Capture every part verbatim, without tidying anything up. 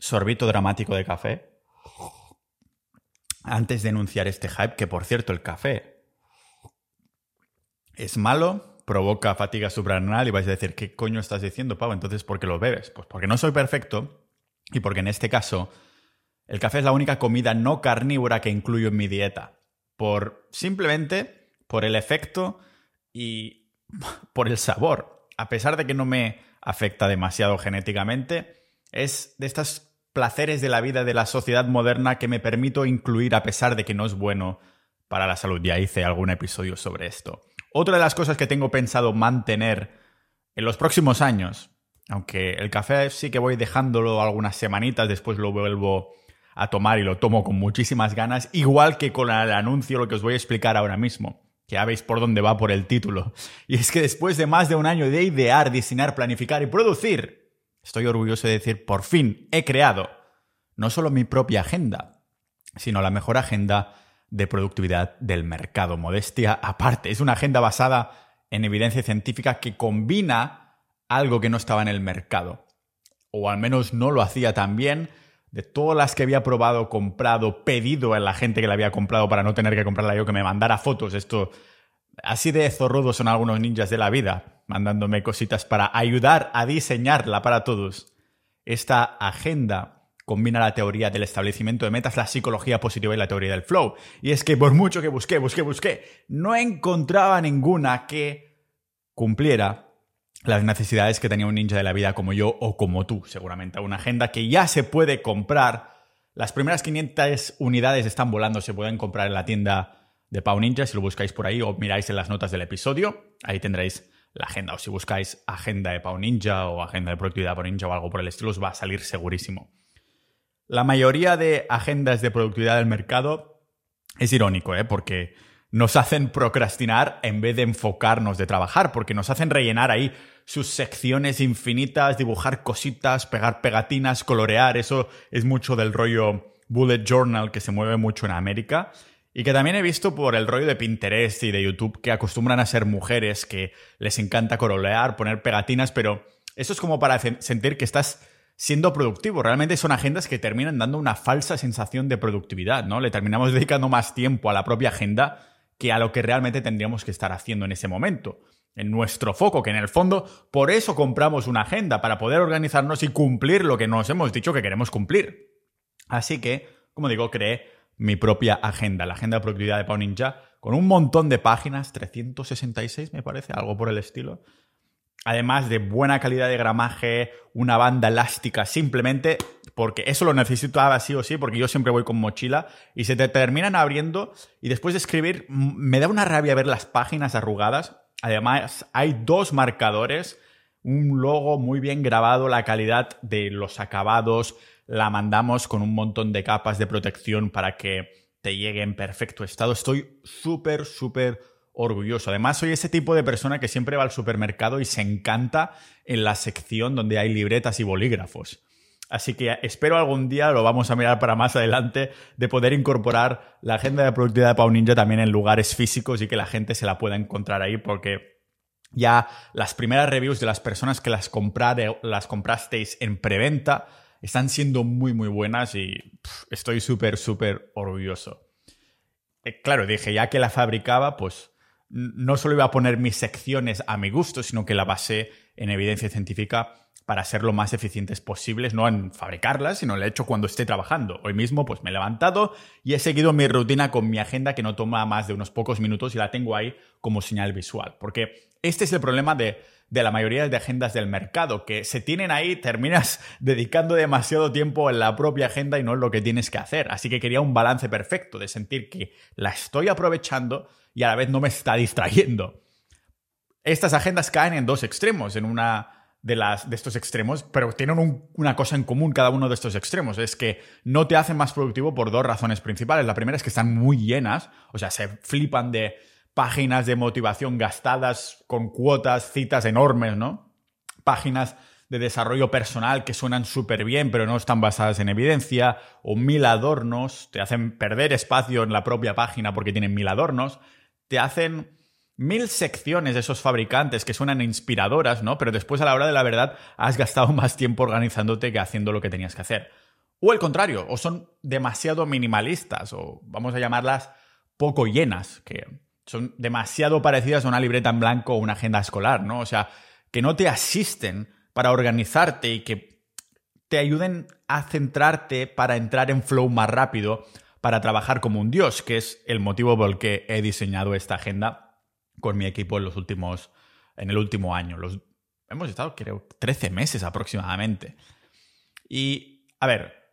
sorbito dramático de café antes de enunciar este hype, que por cierto el café es malo, provoca fatiga suprarrenal y vais a decir, ¿qué coño estás diciendo, Pau? Entonces, ¿por qué lo bebes? Pues porque no soy perfecto y porque en este caso el café es la única comida no carnívora que incluyo en mi dieta. Por simplemente por el efecto y por el sabor. A pesar de que no me afecta demasiado genéticamente, es de estos placeres de la vida de la sociedad moderna que me permito incluir a pesar de que no es bueno para la salud. Ya hice algún episodio sobre esto. Otra de las cosas que tengo pensado mantener en los próximos años, aunque el café sí que voy dejándolo algunas semanitas, después lo vuelvo a tomar y lo tomo con muchísimas ganas, igual que con el anuncio, lo que os voy a explicar ahora mismo, que ya veis por dónde va por el título. Y es que después de más de un año de idear, diseñar, planificar y producir, estoy orgulloso de decir, por fin he creado no solo mi propia agenda, sino la mejor agenda de productividad del mercado. Modestia aparte, es una agenda basada en evidencia científica que combina algo que no estaba en el mercado, o al menos no lo hacía tan bien. De todas las que había probado, comprado, pedido a la gente que la había comprado para no tener que comprarla yo, que me mandara fotos. Esto, así de zorrudos son algunos ninjas de la vida, mandándome cositas para ayudar a diseñarla para todos. Esta agenda combina la teoría del establecimiento de metas, la psicología positiva y la teoría del flow. Y es que por mucho que busqué, busqué, busqué, no encontraba ninguna que cumpliera las necesidades que tenía un ninja de la vida como yo o como tú, seguramente. Una agenda que ya se puede comprar. Las primeras quinientas unidades están volando, se pueden comprar en la tienda de Pau Ninja, si lo buscáis por ahí o miráis en las notas del episodio. Ahí tendréis la agenda. O si buscáis agenda de Pau Ninja o agenda de productividad de Pau Ninja o algo por el estilo, os va a salir segurísimo. La mayoría de agendas de productividad del mercado es irónico, ¿eh? Porque nos hacen procrastinar en vez de enfocarnos de trabajar, porque nos hacen rellenar ahí sus secciones infinitas, dibujar cositas, pegar pegatinas, colorear. Eso es mucho del rollo bullet journal que se mueve mucho en América y que también he visto por el rollo de Pinterest y de YouTube, que acostumbran a ser mujeres que les encanta colorear, poner pegatinas, pero eso es como para sentir que estás siendo productivo. Realmente son agendas que terminan dando una falsa sensación de productividad, ¿no? Le terminamos dedicando más tiempo a la propia agenda que a lo que realmente tendríamos que estar haciendo en ese momento, en nuestro foco, que en el fondo por eso compramos una agenda, para poder organizarnos y cumplir lo que nos hemos dicho que queremos cumplir. Así que, como digo, creé mi propia agenda, la agenda de productividad de Pau Ninja, con un montón de páginas, trescientos sesenta y seis me parece, algo por el estilo. Además de buena calidad de gramaje, una banda elástica, simplemente porque eso lo necesitaba sí o sí, porque yo siempre voy con mochila y se te terminan abriendo y después de escribir me da una rabia ver las páginas arrugadas. Además hay dos marcadores, un logo muy bien grabado, la calidad de los acabados la mandamos con un montón de capas de protección para que te llegue en perfecto estado. Estoy súper, súper orgulloso. Además, soy ese tipo de persona que siempre va al supermercado y se encanta en la sección donde hay libretas y bolígrafos. Así que espero algún día, lo vamos a mirar para más adelante, de poder incorporar la agenda de productividad de Pau Ninja también en lugares físicos y que la gente se la pueda encontrar ahí, porque ya las primeras reviews de las personas que las, comprare, las comprasteis en preventa están siendo muy, muy buenas y pff, estoy súper, súper orgulloso. Eh, claro, dije, ya que la fabricaba, pues no solo iba a poner mis secciones a mi gusto, sino que la basé en evidencia científica para ser lo más eficientes posibles, no en fabricarlas, sino lo he hecho cuando esté trabajando. Hoy mismo pues me he levantado y he seguido mi rutina con mi agenda, que no toma más de unos pocos minutos, y la tengo ahí como señal visual. Porque este es el problema de, de la mayoría de agendas del mercado, que se tienen ahí, terminas dedicando demasiado tiempo en la propia agenda y no en lo que tienes que hacer. Así que quería un balance perfecto de sentir que la estoy aprovechando y a la vez no me está distrayendo. Estas agendas caen en dos extremos, en una de, las, de estos extremos, pero tienen un, una cosa en común cada uno de estos extremos, es que no te hacen más productivo por dos razones principales. La primera es que están muy llenas, o sea, se flipan de páginas de motivación gastadas con cuotas, citas enormes, ¿no? Páginas de desarrollo personal que suenan súper bien, pero no están basadas en evidencia, o mil adornos, te hacen perder espacio en la propia página porque tienen mil adornos, te hacen mil secciones de esos fabricantes que suenan inspiradoras, ¿no? Pero después, a la hora de la verdad, has gastado más tiempo organizándote que haciendo lo que tenías que hacer. O el contrario, o son demasiado minimalistas, o vamos a llamarlas poco llenas, que son demasiado parecidas a una libreta en blanco o una agenda escolar, ¿no? O sea, que no te asisten para organizarte y que te ayuden a centrarte para entrar en flow más rápido, para trabajar como un dios, que es el motivo por el que he diseñado esta agenda con mi equipo en los últimos, en el último año. Los, hemos estado, creo, trece meses aproximadamente. Y, a ver,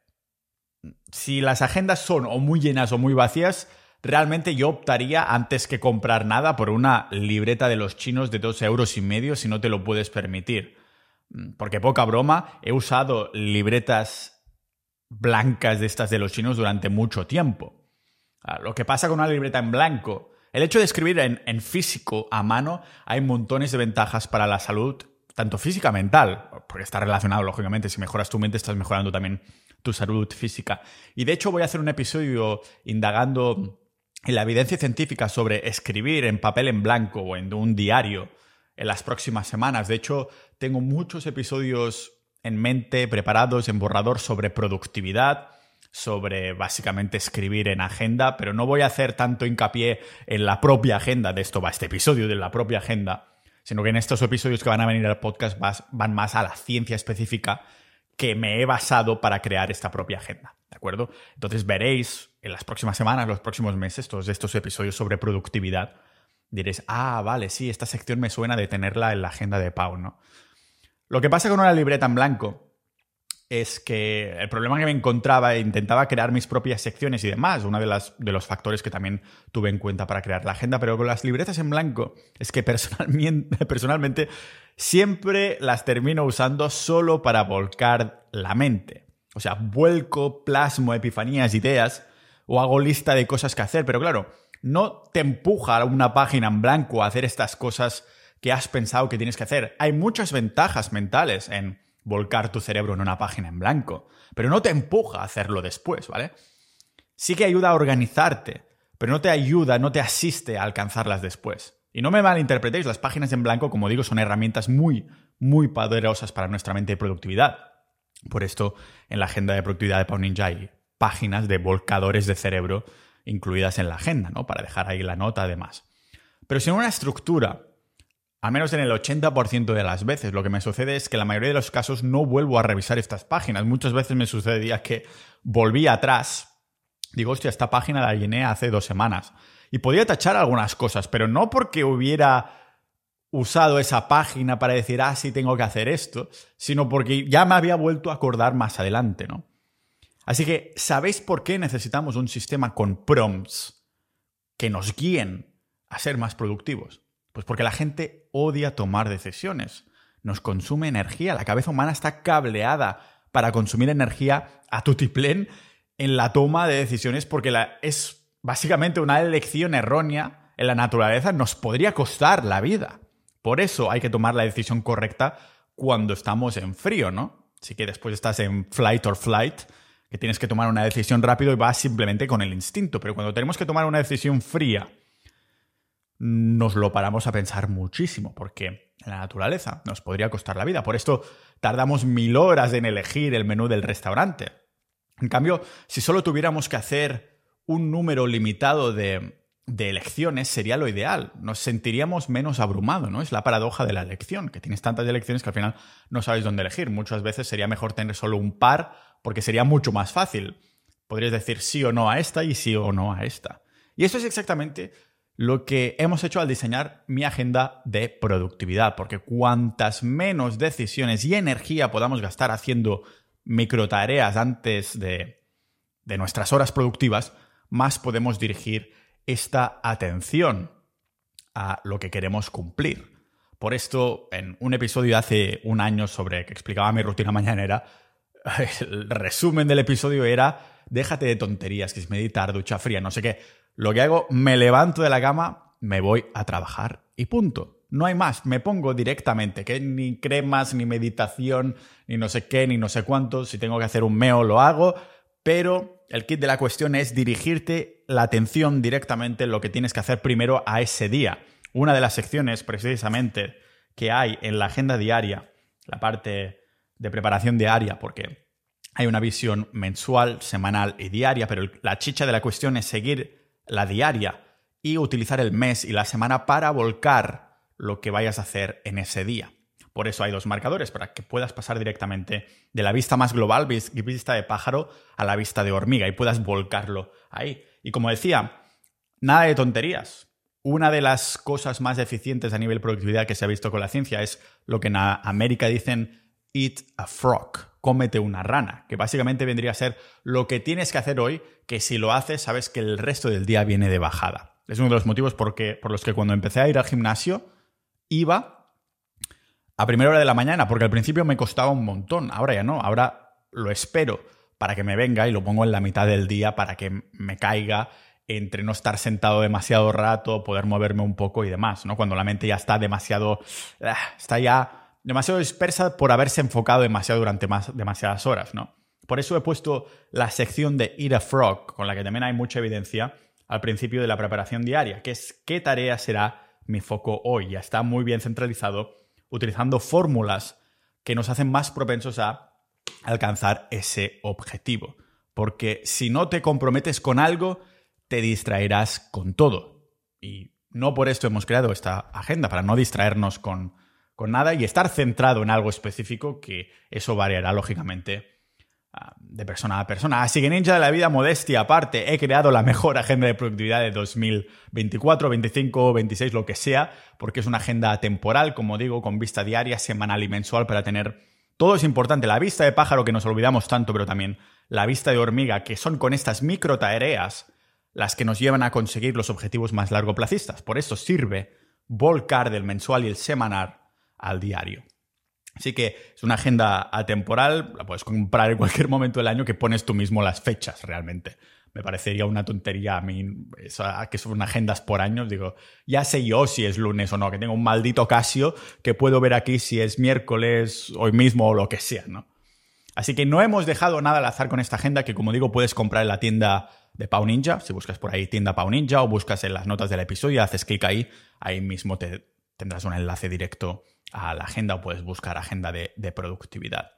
si las agendas son o muy llenas o muy vacías, realmente yo optaría, antes que comprar nada, por una libreta de los chinos de dos euros y medio si no te lo puedes permitir. Porque, poca broma, he usado libretas blancas de estas de los chinos durante mucho tiempo. Lo que pasa con una libreta en blanco, el hecho de escribir en, en físico a mano, hay montones de ventajas para la salud, tanto física como mental, porque está relacionado, lógicamente. Si mejoras tu mente, estás mejorando también tu salud física. Y de hecho voy a hacer un episodio indagando en la evidencia científica sobre escribir en papel en blanco o en un diario en las próximas semanas. De hecho, tengo muchos episodios en mente, preparados en borrador, sobre productividad, sobre básicamente escribir en agenda, pero no voy a hacer tanto hincapié en la propia agenda, de esto va este episodio, de la propia agenda, sino que en estos episodios que van a venir al podcast van más a la ciencia específica que me he basado para crear esta propia agenda, ¿de acuerdo? Entonces veréis en las próximas semanas, los próximos meses, todos estos episodios sobre productividad. Diréis, ah, vale, sí, esta sección me suena de tenerla en la agenda de Pau, ¿no? Lo que pasa con una libreta en blanco es que el problema que me encontraba, intentaba crear mis propias secciones y demás, uno de, las, de los factores que también tuve en cuenta para crear la agenda, pero con las libretas en blanco es que personalmente, personalmente siempre las termino usando solo para volcar la mente. O sea, vuelco, plasmo epifanías, ideas, o hago lista de cosas que hacer, pero claro, no te empuja a una página en blanco a hacer estas cosas que has pensado que tienes que hacer. Hay muchas ventajas mentales en volcar tu cerebro en una página en blanco, pero no te empuja a hacerlo después, ¿vale? Sí que ayuda a organizarte, pero no te ayuda, no te asiste a alcanzarlas después. Y no me malinterpretéis, las páginas en blanco, como digo, son herramientas muy, muy poderosas para nuestra mente y productividad. Por esto, en la agenda de productividad de Pau Ninja hay páginas de volcadores de cerebro incluidas en la agenda, ¿no? Para dejar ahí la nota, además. Pero sin una estructura, al menos en el ochenta por ciento de las veces, lo que me sucede es que en la mayoría de los casos no vuelvo a revisar estas páginas. Muchas veces me sucedía que volví atrás, digo, hostia, esta página la llené hace dos semanas. Y podía tachar algunas cosas, pero no porque hubiera usado esa página para decir, ah, sí, tengo que hacer esto, sino porque ya me había vuelto a acordar más adelante, ¿no? Así que, ¿sabéis por qué necesitamos un sistema con prompts que nos guíen a ser más productivos? Pues porque la gente odia tomar decisiones. Nos consume energía. La cabeza humana está cableada para consumir energía a tutiplén en la toma de decisiones, porque la, es básicamente una elección errónea en la naturaleza. Nos podría costar la vida. Por eso hay que tomar la decisión correcta cuando estamos en frío, ¿no? Así que después estás en flight or flight, que tienes que tomar una decisión rápido y vas simplemente con el instinto. Pero cuando tenemos que tomar una decisión fría, nos lo paramos a pensar muchísimo, porque en la naturaleza nos podría costar la vida. Por esto tardamos mil horas en elegir el menú del restaurante. En cambio, si solo tuviéramos que hacer un número limitado de, de elecciones, sería lo ideal. Nos sentiríamos menos abrumados, ¿no? Es la paradoja de la elección, que tienes tantas elecciones que al final no sabes dónde elegir. Muchas veces sería mejor tener solo un par, porque sería mucho más fácil. Podrías decir sí o no a esta y sí o no a esta. Y eso es exactamente lo que hemos hecho al diseñar mi agenda de productividad, porque cuantas menos decisiones y energía podamos gastar haciendo microtareas antes de, de nuestras horas productivas, más podemos dirigir esta atención a lo que queremos cumplir. Por esto, en un episodio de hace un año sobre que explicaba mi rutina mañanera, el resumen del episodio era: déjate de tonterías, que es meditar, ducha fría, no sé qué. Lo que hago, me levanto de la cama, me voy a trabajar y punto. No hay más, me pongo directamente, que ni cremas, ni meditación, ni no sé qué, ni no sé cuánto. Si tengo que hacer un meo, lo hago, pero el kit de la cuestión es dirigirte la atención directamente en lo que tienes que hacer primero a ese día. Una de las secciones, precisamente, que hay en la agenda diaria, la parte de preparación diaria, porque hay una visión mensual, semanal y diaria, pero la chicha de la cuestión es seguir la diaria y utilizar el mes y la semana para volcar lo que vayas a hacer en ese día. Por eso hay dos marcadores, para que puedas pasar directamente de la vista más global, vista de pájaro, a la vista de hormiga y puedas volcarlo ahí. Y como decía, nada de tonterías. Una de las cosas más eficientes a nivel de productividad que se ha visto con la ciencia es lo que en América dicen eat a frog, cómete una rana, que básicamente vendría a ser lo que tienes que hacer hoy, que si lo haces sabes que el resto del día viene de bajada. Es uno de los motivos porque, por los que cuando empecé a ir al gimnasio iba a primera hora de la mañana, porque al principio me costaba un montón, ahora ya no, ahora lo espero para que me venga y lo pongo en la mitad del día para que me caiga entre no estar sentado demasiado rato, poder moverme un poco y demás, ¿no? Cuando la mente ya está demasiado, está ya demasiado dispersa por haberse enfocado demasiado durante más, demasiadas horas, ¿no? Por eso he puesto la sección de Eat a Frog, con la que también hay mucha evidencia, al principio de la preparación diaria, que es qué tarea será mi foco hoy. Ya está muy bien centralizado, utilizando fórmulas que nos hacen más propensos a alcanzar ese objetivo. Porque si no te comprometes con algo, te distraerás con todo. Y no por esto hemos creado esta agenda, para no distraernos con, con nada y estar centrado en algo específico, que eso variará lógicamente uh, de persona a persona. Así que, ninja de la vida, modestia aparte, he creado la mejor agenda de productividad de dos mil veinticuatro, veinticinco, veintiséis, lo que sea, porque es una agenda temporal, como digo, con vista diaria, semanal y mensual para tener... Todo es importante. La vista de pájaro, que nos olvidamos tanto, pero también la vista de hormiga, que son con estas micro tareas las que nos llevan a conseguir los objetivos más largoplacistas. Por eso sirve volcar del mensual y el semanal al diario. Así que es una agenda atemporal, la puedes comprar en cualquier momento del año, que pones tú mismo las fechas realmente. Me parecería una tontería a mí, eso, que son agendas por años. Digo, ya sé yo si es lunes o no, que tengo un maldito Casio que puedo ver aquí si es miércoles, hoy mismo o lo que sea, ¿no? Así que no hemos dejado nada al azar con esta agenda, que como digo puedes comprar en la tienda de Pau Ninja. Si buscas por ahí tienda Pau Ninja o buscas en las notas del episodio, haces clic ahí, ahí mismo te tendrás un enlace directo a la agenda, o puedes buscar agenda de, de productividad.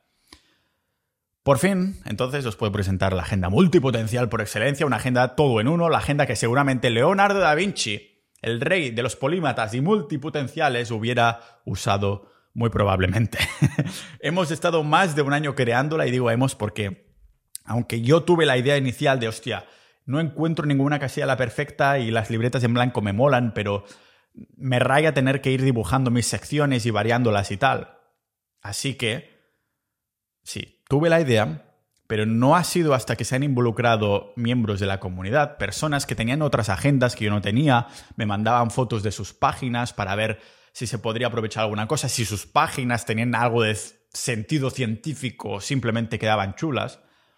Por fin, entonces, os puedo presentar la agenda multipotencial por excelencia, una agenda todo en uno, la agenda que seguramente Leonardo da Vinci, el rey de los polímatas y multipotenciales, hubiera usado muy probablemente. Hemos estado más de un año creándola, y digo hemos porque, aunque yo tuve la idea inicial de, hostia, no encuentro ninguna casilla la perfecta y las libretas en blanco me molan, pero me raya tener que ir dibujando mis secciones y variándolas y tal. Así que, sí, tuve la idea, pero no ha sido hasta que se han involucrado miembros de la comunidad, personas que tenían otras agendas que yo no tenía, me mandaban fotos de sus páginas para ver si se podría aprovechar alguna cosa, si sus páginas tenían algo de sentido científico o simplemente quedaban chulas.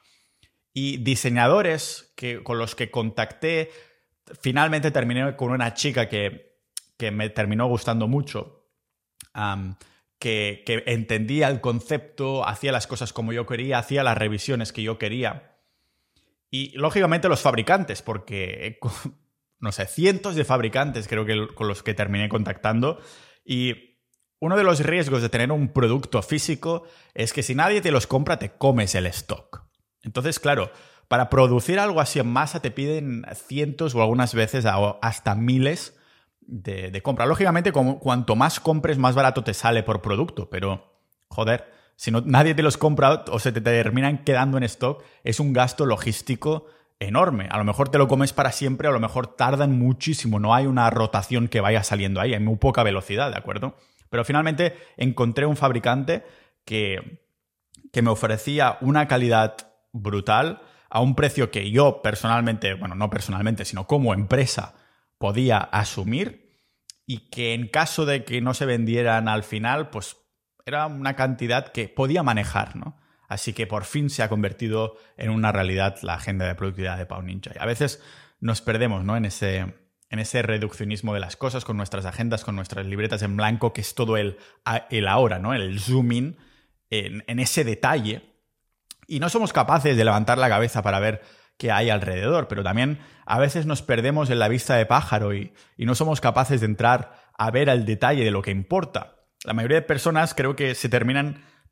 Y diseñadores que, con los que contacté, finalmente terminé con una chica que, que me terminó gustando mucho, um, que, que entendía el concepto, hacía las cosas como yo quería, hacía las revisiones que yo quería. Y lógicamente los fabricantes, porque, no sé, cientos de fabricantes creo que con los que terminé contactando. Y uno de los riesgos de tener un producto físico es que si nadie te los compra, te comes el stock. Entonces, claro, para producir algo así en masa te piden cientos o algunas veces hasta miles de, de compra. Lógicamente, como, cuanto más compres, más barato te sale por producto. Pero, joder, si no, nadie te los compra o se te terminan quedando en stock, es un gasto logístico enorme. A lo mejor te lo comes para siempre, a lo mejor tardan muchísimo. No hay una rotación que vaya saliendo ahí. Hay muy poca velocidad, ¿de acuerdo? Pero finalmente encontré un fabricante que, que me ofrecía una calidad brutal a un precio que yo personalmente, bueno, no personalmente, sino como empresa podía asumir, y que en caso de que no se vendieran al final, pues era una cantidad que podía manejar, ¿no? Así que por fin se ha convertido en una realidad la agenda de productividad de Pau Ninja. Y a veces nos perdemos, ¿no? En ese, en ese reduccionismo de las cosas, con nuestras agendas, con nuestras libretas en blanco, que es todo el, el ahora, ¿no? El zoom in en, en ese detalle. Y no somos capaces de levantar la cabeza para ver qué hay alrededor, pero también a veces nos perdemos en la vista de pájaro y, y no somos capaces de entrar a ver el detalle de lo que importa. La mayoría de personas creo que se terminan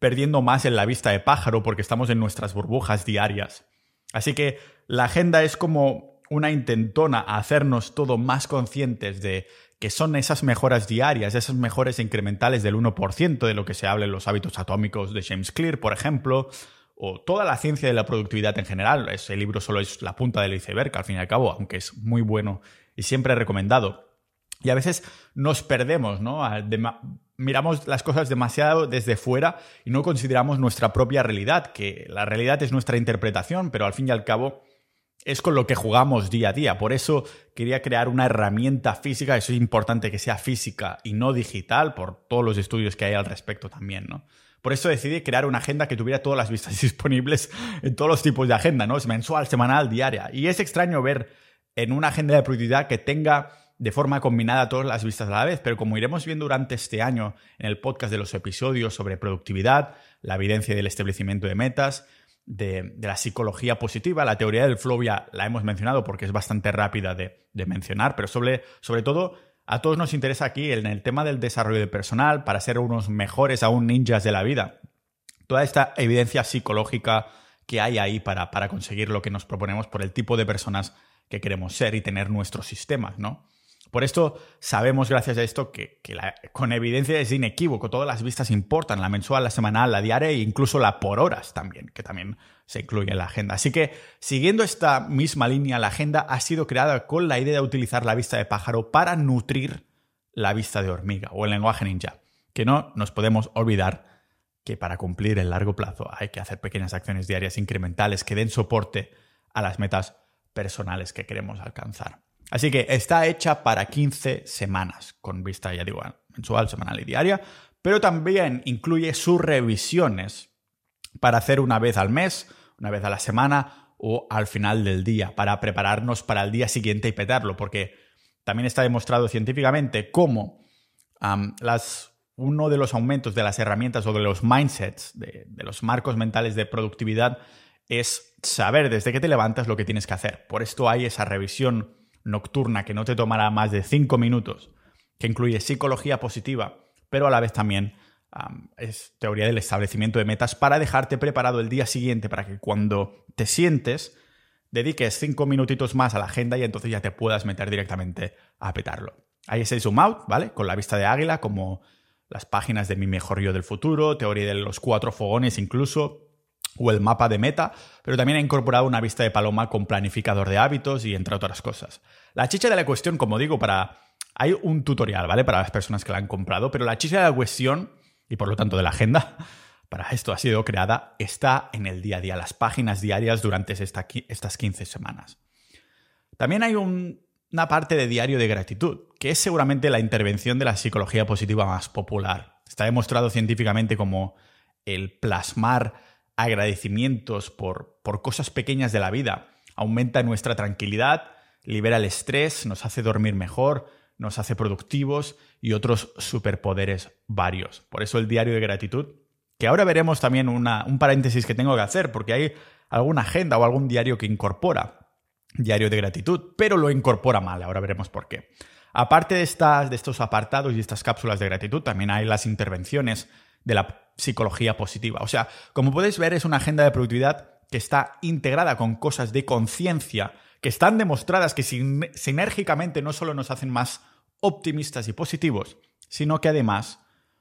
perdiendo más en la vista de pájaro porque estamos en nuestras burbujas diarias. Así que la agenda es como una intentona a hacernos todo más conscientes de que son esas mejoras diarias, esas mejoras incrementales del uno por ciento de lo que se habla en los hábitos atómicos de James Clear, por ejemplo, o toda la ciencia de la productividad en general. Ese libro solo es la punta del iceberg, al fin y al cabo, aunque es muy bueno y siempre recomendado. Y a veces nos perdemos, ¿no? Miramos las cosas demasiado desde fuera y no consideramos nuestra propia realidad, que la realidad es nuestra interpretación, pero al fin y al cabo es con lo que jugamos día a día. Por eso quería crear una herramienta física. Eso es importante que sea física y no digital, por todos los estudios que hay al respecto también, ¿no? Por eso decidí crear una agenda que tuviera todas las vistas disponibles en todos los tipos de agenda, ¿no? Es mensual, semanal, diaria. Y es extraño ver en una agenda de productividad que tenga de forma combinada todas las vistas a la vez, pero como iremos viendo durante este año en el podcast de los episodios sobre productividad, la evidencia del establecimiento de metas, De, de la psicología positiva, la teoría del flow ya la hemos mencionado porque es bastante rápida de, de mencionar, pero sobre, sobre todo a todos nos interesa aquí en el tema del desarrollo de personal para ser unos mejores aún ninjas de la vida. Toda esta evidencia psicológica que hay ahí para, para conseguir lo que nos proponemos por el tipo de personas que queremos ser y tener nuestros sistemas, ¿no? Por esto sabemos, gracias a esto, que, que la, con evidencia es inequívoco. Todas las vistas importan, la mensual, la semanal, la diaria e incluso la por horas también, que también se incluye en la agenda. Así que, siguiendo esta misma línea, la agenda ha sido creada con la idea de utilizar la vista de pájaro para nutrir la vista de hormiga o el lenguaje ninja. Que no nos podemos olvidar que para cumplir el largo plazo hay que hacer pequeñas acciones diarias incrementales que den soporte a las metas personales que queremos alcanzar. Así que está hecha para quince semanas, con vista, ya digo, mensual, semanal y diaria, pero también incluye sus revisiones para hacer una vez al mes, una vez a la semana o al final del día, para prepararnos para el día siguiente y petarlo, porque también está demostrado científicamente cómo um, las, uno de los aumentos de las herramientas o de los mindsets, de, de los marcos mentales de productividad, es saber desde que te levantas lo que tienes que hacer. Por esto hay esa revisión nocturna que no te tomará más de cinco minutos, que incluye psicología positiva, pero a la vez también um, es teoría del establecimiento de metas para dejarte preparado el día siguiente para que cuando te sientes dediques cinco minutitos más a la agenda y entonces ya te puedas meter directamente a petarlo. Hay ese zoom out, ¿vale? Con la vista de águila, como las páginas de Mi Mejor Yo del Futuro, teoría de los cuatro fogones incluso, o el mapa de meta, pero también he incorporado una vista de paloma con planificador de hábitos y entre otras cosas. La chicha de la cuestión, como digo, para hay un tutorial, ¿vale? Para las personas que la han comprado, pero la chicha de la cuestión, y por lo tanto de la agenda, para esto ha sido creada, está en el día a día, las páginas diarias durante esta, estas quince semanas. También hay un, una parte de diario de gratitud, que es seguramente la intervención de la psicología positiva más popular. Está demostrado científicamente como el plasmar agradecimientos por, por cosas pequeñas de la vida aumenta nuestra tranquilidad, libera el estrés, nos hace dormir mejor, nos hace productivos y otros superpoderes varios. Por eso el diario de gratitud, que ahora veremos también una, un paréntesis que tengo que hacer, porque hay alguna agenda o algún diario que incorpora diario de gratitud, pero lo incorpora mal, ahora veremos por qué. Aparte de, estas, de estos apartados y estas cápsulas de gratitud, también hay las intervenciones de la psicología positiva. O sea, como podéis ver, es una agenda de productividad que está integrada con cosas de conciencia que están demostradas que sin, sinérgicamente no solo nos hacen más optimistas y positivos, sino que además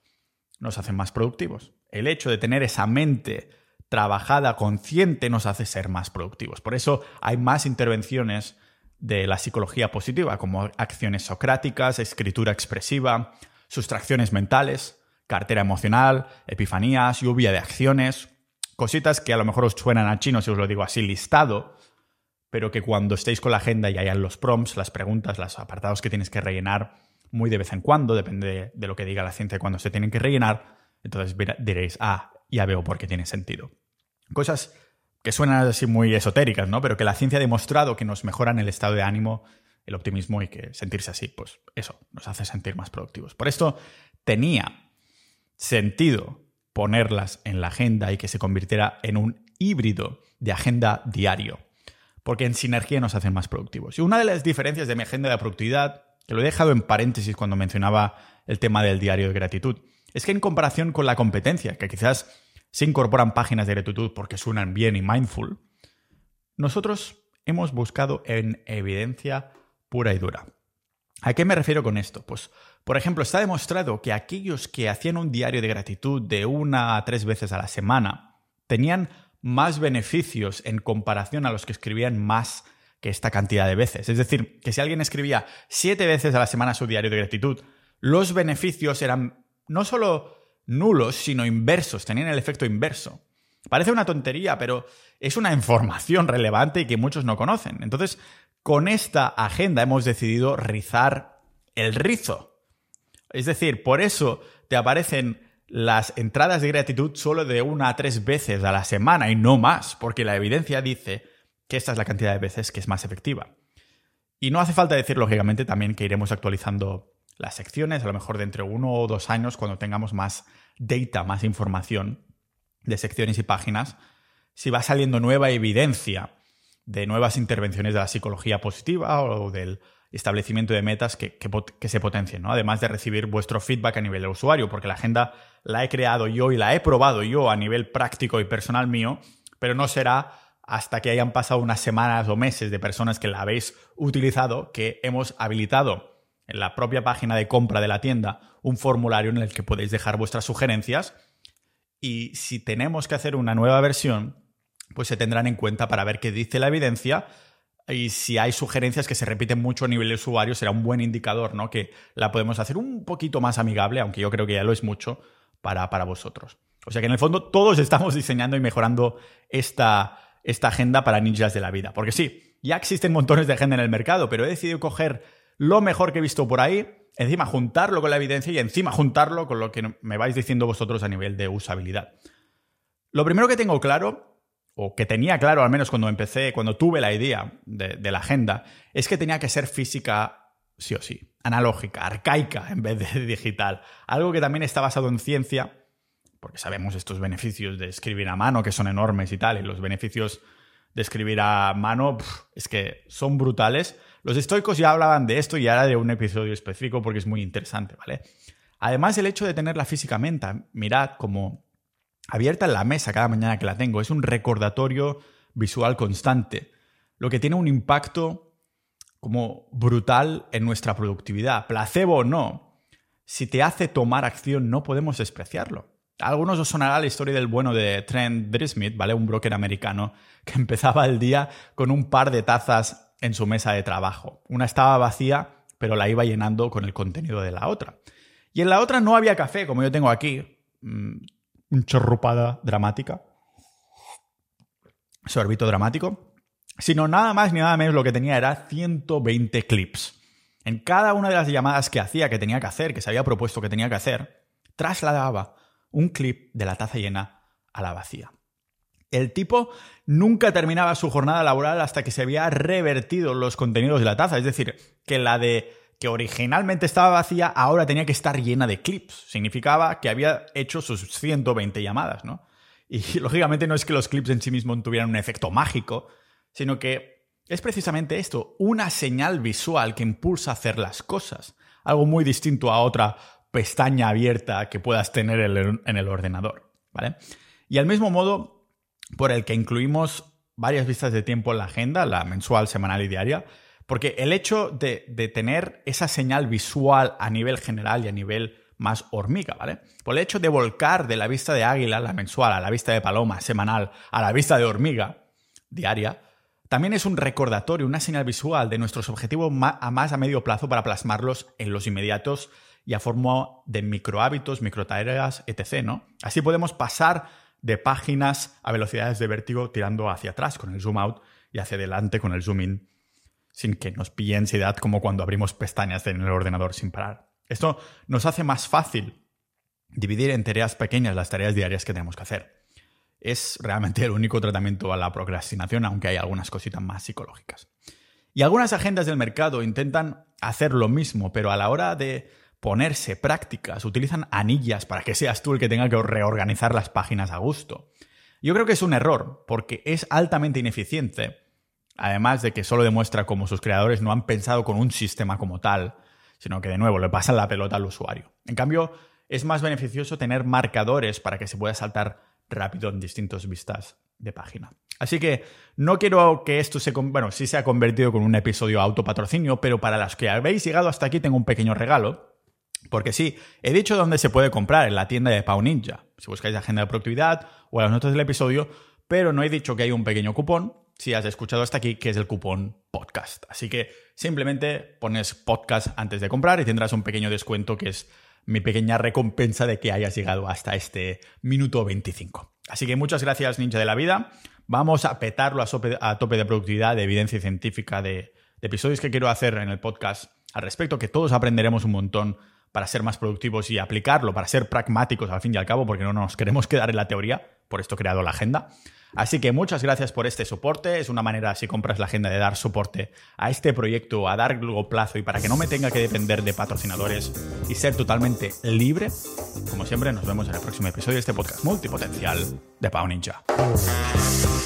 nos hacen más productivos. El hecho de tener esa mente trabajada, consciente, nos hace ser más productivos. Por eso hay más intervenciones de la psicología positiva, como acciones socráticas, escritura expresiva, sustracciones mentales, cartera emocional, epifanías, lluvia de acciones, cositas que a lo mejor os suenan a chino si os lo digo así listado, pero que cuando estéis con la agenda y hayan los prompts, las preguntas, los apartados que tienes que rellenar muy de vez en cuando, depende de lo que diga la ciencia cuando se tienen que rellenar, entonces diréis, ah, ya veo por qué tiene sentido. Cosas que suenan así muy esotéricas, ¿no? Pero que la ciencia ha demostrado que nos mejoran el estado de ánimo, el optimismo y que sentirse así, pues eso, nos hace sentir más productivos. Por esto tenía sentido ponerlas en la agenda y que se convirtiera en un híbrido de agenda diario, porque en sinergia nos hacen más productivos. Y una de las diferencias de mi agenda de productividad, que lo he dejado en paréntesis cuando mencionaba el tema del diario de gratitud, es que en comparación con la competencia, que quizás se incorporan páginas de gratitud porque suenan bien y mindful. Nosotros hemos buscado en evidencia pura y dura. ¿A qué me refiero con esto? Pues, por ejemplo, está demostrado que aquellos que hacían un diario de gratitud de una a tres veces a la semana tenían más beneficios en comparación a los que escribían más que esta cantidad de veces. Es decir, que si alguien escribía siete veces a la semana su diario de gratitud, los beneficios eran no solo nulos, sino inversos, tenían el efecto inverso. Parece una tontería, pero es una información relevante y que muchos no conocen. Entonces, con esta agenda hemos decidido rizar el rizo. Es decir, por eso te aparecen las entradas de gratitud solo de una a tres veces a la semana y no más, porque la evidencia dice que esta es la cantidad de veces que es más efectiva. Y no hace falta decir, lógicamente, también que iremos actualizando las secciones, a lo mejor de entre uno o dos años, cuando tengamos más data, más información de secciones y páginas, si va saliendo nueva evidencia de nuevas intervenciones de la psicología positiva o del establecimiento de metas que, que, que se potencien, ¿no? Además de recibir vuestro feedback a nivel de usuario, porque la agenda la he creado yo y la he probado yo a nivel práctico y personal mío, pero no será hasta que hayan pasado unas semanas o meses de personas que la habéis utilizado que hemos habilitado en la propia página de compra de la tienda un formulario en el que podéis dejar vuestras sugerencias y si tenemos que hacer una nueva versión, pues se tendrán en cuenta para ver qué dice la evidencia y si hay sugerencias que se repiten mucho a nivel de usuario será un buen indicador, ¿no? Que la podemos hacer un poquito más amigable, aunque yo creo que ya lo es mucho para, para vosotros. O sea que en el fondo todos estamos diseñando y mejorando esta, esta agenda para ninjas de la vida. Porque sí, ya existen montones de agenda en el mercado, pero he decidido coger lo mejor que he visto por ahí, encima juntarlo con la evidencia y encima juntarlo con lo que me vais diciendo vosotros a nivel de usabilidad. Lo primero que tengo claro, o que tenía claro al menos cuando empecé, cuando tuve la idea de, de la agenda, es que tenía que ser física sí o sí, analógica, arcaica en vez de digital. Algo que también está basado en ciencia, porque sabemos estos beneficios de escribir a mano que son enormes y tal, y los beneficios de escribir a mano pff, es que son brutales. Los estoicos ya hablaban de esto y ahora de un episodio específico porque es muy interesante, ¿vale? Además, el hecho de tenerla físicamente, mirad como abierta en la mesa cada mañana que la tengo, es un recordatorio visual constante, lo que tiene un impacto como brutal en nuestra productividad. Placebo o no, si te hace tomar acción no podemos despreciarlo. A algunos os sonará la historia del bueno de Trent Brismith, ¿vale? Un broker americano que empezaba el día con un par de tazas en su mesa de trabajo. Una estaba vacía, pero la iba llenando con el contenido de la otra. Y en la otra no había café, como yo tengo aquí. Mmm, un chorrupada dramática. Sorbito dramático. Sino nada más ni nada menos lo que tenía era ciento veinte clips. En cada una de las llamadas que hacía, que tenía que hacer, que se había propuesto que tenía que hacer, trasladaba un clip de la taza llena a la vacía. El tipo nunca terminaba su jornada laboral hasta que se había revertido los contenidos de la taza. Es decir, que la de que originalmente estaba vacía ahora tenía que estar llena de clips. Significaba que había hecho sus ciento veinte llamadas, ¿no? Y lógicamente no es que los clips en sí mismos tuvieran un efecto mágico, sino que es precisamente esto, una señal visual que impulsa a hacer las cosas. Algo muy distinto a otra pestaña abierta que puedas tener en el ordenador, ¿vale? Y al mismo modo por el que incluimos varias vistas de tiempo en la agenda, la mensual, semanal y diaria, porque el hecho de, de tener esa señal visual a nivel general y a nivel más hormiga, ¿vale? Por el hecho de volcar de la vista de águila, la mensual, a la vista de paloma, semanal, a la vista de hormiga, diaria, también es un recordatorio, una señal visual de nuestros objetivos a más a medio plazo para plasmarlos en los inmediatos y a forma de microhábitos, microtareas, etcétera, ¿no? Así podemos pasar de páginas a velocidades de vértigo tirando hacia atrás con el zoom out y hacia adelante con el zoom in sin que nos pille ansiedad como cuando abrimos pestañas en el ordenador sin parar. Esto nos hace más fácil dividir en tareas pequeñas las tareas diarias que tenemos que hacer. Es realmente el único tratamiento a la procrastinación, aunque hay algunas cositas más psicológicas. Y algunas agendas del mercado intentan hacer lo mismo, pero a la hora de ponerse prácticas, utilizan anillas para que seas tú el que tenga que reorganizar las páginas a gusto. Yo creo que es un error, porque es altamente ineficiente, además de que solo demuestra cómo sus creadores no han pensado con un sistema como tal, sino que de nuevo le pasan la pelota al usuario. En cambio, es más beneficioso tener marcadores para que se pueda saltar rápido en distintas vistas de página. Así que no quiero que esto se... Bueno, sí se ha convertido con un episodio autopatrocinio, pero para los que habéis llegado hasta aquí tengo un pequeño regalo. Porque sí, he dicho dónde se puede comprar, en la tienda de Pau Ninja. Si buscáis agenda de productividad o las notas del episodio, pero no he dicho que hay un pequeño cupón, si has escuchado hasta aquí, que es el cupón podcast. Así que simplemente pones podcast antes de comprar y tendrás un pequeño descuento que es mi pequeña recompensa de que hayas llegado hasta este minuto veinticinco. Así que muchas gracias, Ninja de la Vida. Vamos a petarlo a, sope, a tope de productividad, de evidencia científica, de, de episodios que quiero hacer en el podcast al respecto, que todos aprenderemos un montón para ser más productivos y aplicarlo, para ser pragmáticos al fin y al cabo, porque no nos queremos quedar en la teoría, por esto he creado la agenda. Así que muchas gracias por este soporte, es una manera, si compras la agenda, de dar soporte a este proyecto a largo plazo y para que no me tenga que depender de patrocinadores y ser totalmente libre. Como siempre, nos vemos en el próximo episodio de este podcast multipotencial de Pau Ninja.